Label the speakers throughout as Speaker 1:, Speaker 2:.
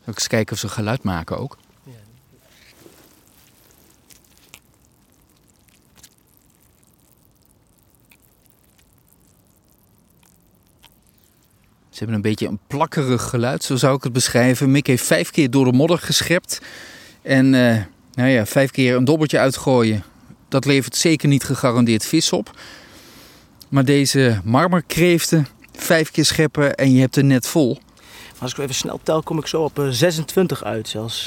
Speaker 1: Ook eens kijken of ze geluid maken ook. Ze hebben een beetje een plakkerig geluid, zo zou ik het beschrijven. Mick heeft 5 keer door de modder geschept. En 5 keer een dobbeltje uitgooien. Dat levert zeker niet gegarandeerd vis op. Maar deze marmerkreeften, 5 keer scheppen en je hebt er net vol.
Speaker 2: Als ik even snel tel, kom ik zo op 26 uit zelfs.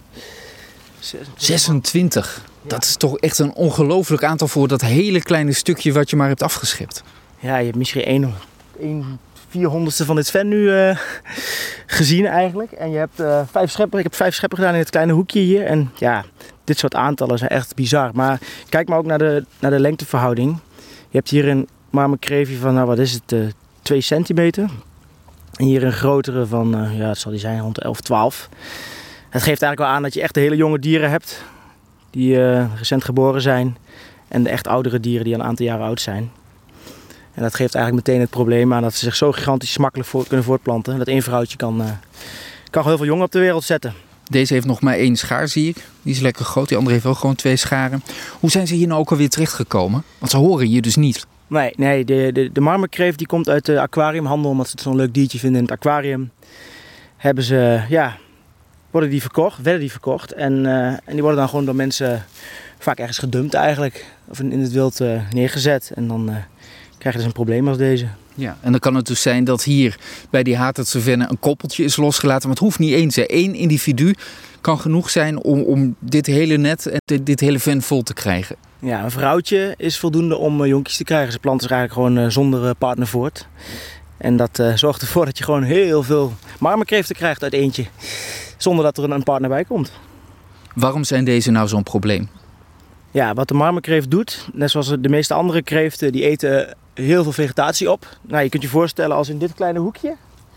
Speaker 1: 26? Ja. Dat is toch echt een ongelooflijk aantal voor dat hele kleine stukje wat je maar hebt afgeschept.
Speaker 2: Ja, je hebt misschien 1/400ste van dit ven nu gezien eigenlijk. En je hebt 5 scheppen. Ik heb 5 scheppen gedaan in het kleine hoekje hier. En ja, dit soort aantallen zijn echt bizar. Maar kijk maar ook naar de lengteverhouding. Je hebt hier een marmerkreefje van, 2 centimeter. En hier een grotere van, het zal die zijn, rond de 11, 12. Het geeft eigenlijk wel aan dat je echt de hele jonge dieren hebt. Die recent geboren zijn. En de echt oudere dieren die al een aantal jaren oud zijn. En dat geeft eigenlijk meteen het probleem aan dat ze zich zo gigantisch makkelijk kunnen voortplanten. Dat één vrouwtje kan heel veel jongen op de wereld zetten.
Speaker 1: Deze heeft nog maar 1 schaar, zie ik. Die is lekker groot. Die andere heeft wel gewoon 2 scharen. Hoe zijn ze hier nou ook alweer terechtgekomen? Want ze horen hier dus niet.
Speaker 2: Nee, de marmerkreeft die komt uit de aquariumhandel. Omdat ze het zo'n leuk diertje vinden in het aquarium. Werden die verkocht. En die worden dan gewoon door mensen vaak ergens gedumpt eigenlijk. Of in het wild neergezet. En dan krijg je dus een probleem als deze.
Speaker 1: Ja, en dan kan het dus zijn dat hier bij die Hatertse vennen een koppeltje is losgelaten. Maar het hoeft niet eens. 1 individu kan genoeg zijn om dit hele net en dit hele ven vol te krijgen.
Speaker 2: Ja, een vrouwtje is voldoende om jonkies te krijgen. Ze planten zich eigenlijk gewoon zonder partner voort. En dat zorgt ervoor dat je gewoon heel veel marmerkreeften krijgt uit eentje. Zonder dat er een partner bij komt.
Speaker 1: Waarom zijn deze nou zo'n probleem?
Speaker 2: Ja, wat de marmerkreeft doet, net zoals de meeste andere kreeften, die eten heel veel vegetatie op. Nou, je kunt je voorstellen als in dit kleine hoekje,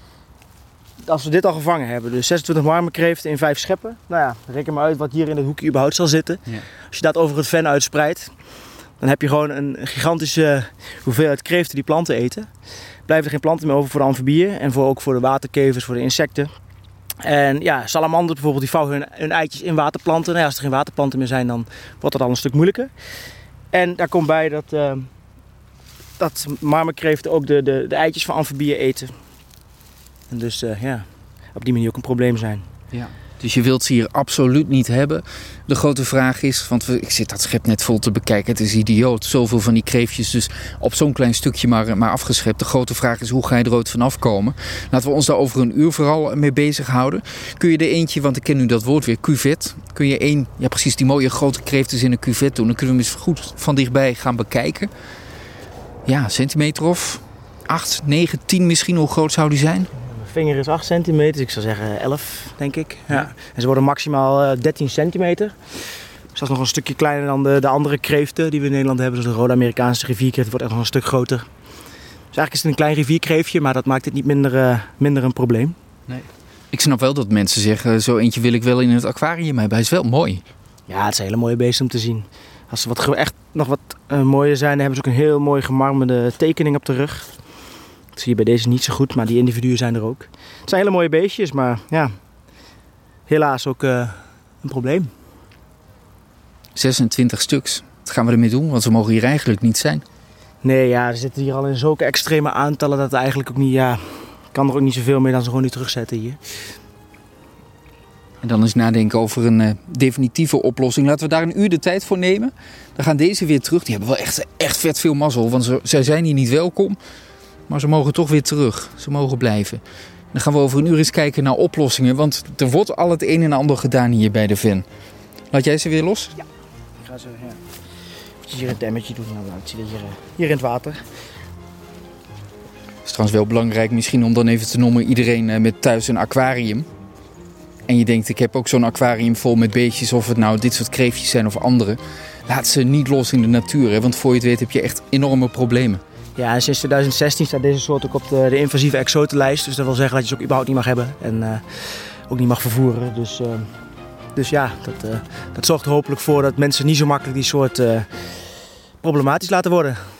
Speaker 2: als we dit al gevangen hebben, dus 26 marmerkreeften in 5 scheppen. Nou ja, reken maar uit wat hier in het hoekje überhaupt zal zitten. Ja. Als je dat over het ven uitspreidt, dan heb je gewoon een gigantische hoeveelheid kreeften die planten eten. Blijven er geen planten meer over voor de amfibieën en ook voor de waterkevers, voor de insecten. En ja, salamanders bijvoorbeeld, die vouwen hun eitjes in waterplanten. Nou ja, als er geen waterplanten meer zijn, dan wordt dat al een stuk moeilijker. En daar komt bij dat marmerkreeften ook de eitjes van amfibieën eten. En dus op die manier ook een probleem zijn.
Speaker 1: Ja. Dus je wilt ze hier absoluut niet hebben. De grote vraag is, want ik zit dat schep net vol te bekijken. Het is idioot. Zoveel van die kreeftjes dus op zo'n klein stukje maar afgeschept. De grote vraag is, hoe ga je er ooit vanaf komen? Laten we ons daar over een uur vooral mee bezighouden. Kun je er eentje, want ik ken nu dat woord weer, cuvet. Kun je precies die mooie grote kreeftjes in een cuvet doen. Dan kunnen we hem eens goed van dichtbij gaan bekijken. Ja, centimeter of 8, 9, 10 misschien. Hoe groot zou die zijn?
Speaker 2: Mijn vinger is 8 centimeter, ik zou zeggen 11, denk ik. Ja. En ze worden maximaal 13 centimeter. Dus dat is nog een stukje kleiner dan de andere kreeften die we in Nederland hebben. Zoals de rode Amerikaanse rivierkreeft, wordt echt nog een stuk groter. Dus eigenlijk is het een klein rivierkreeftje, maar dat maakt het niet minder een probleem.
Speaker 1: Nee. Ik snap wel dat mensen zeggen, zo eentje wil ik wel in het aquarium hebben. Hij is wel mooi.
Speaker 2: Ja, het is een hele mooie beest om te zien. Als ze echt nog wat mooier zijn, dan hebben ze ook een heel mooi gemarmerde tekening op de rug. Dat zie je bij deze niet zo goed, maar die individuen zijn er ook. Het zijn hele mooie beestjes, maar ja, helaas ook een probleem.
Speaker 1: 26 stuks. Wat gaan we ermee doen? Want ze mogen hier eigenlijk niet zijn.
Speaker 2: Nee, ja, ze zitten hier al in zulke extreme aantallen dat het eigenlijk ook niet, kan er ook niet zoveel meer dan ze gewoon nu terugzetten hier.
Speaker 1: En dan eens nadenken over een definitieve oplossing. Laten we daar een uur de tijd voor nemen. Dan gaan deze weer terug. Die hebben wel echt vet veel mazzel, want zij zijn hier niet welkom. Maar ze mogen toch weer terug. Ze mogen blijven. Dan gaan we over een uur eens kijken naar oplossingen. Want er wordt al het een en ander gedaan hier bij de ven. Laat jij ze weer los?
Speaker 2: Ja, ik ga ze hier een demmetje doen. Nou, ik zie dat hier in het water.
Speaker 1: Het is trouwens wel belangrijk misschien om dan even te noemen. Iedereen met thuis een aquarium. En je denkt, ik heb ook zo'n aquarium vol met beestjes. Of het nou dit soort kreeftjes zijn of andere. Laat ze niet los in de natuur. Hè? Want voor je het weet heb je echt enorme problemen.
Speaker 2: Ja, en sinds 2016 staat deze soort ook op de invasieve exotenlijst. Dus dat wil zeggen dat je ze ook überhaupt niet mag hebben. En ook niet mag vervoeren. Dus ja, dat zorgt er hopelijk voor dat mensen niet zo makkelijk die soort problematisch laten worden.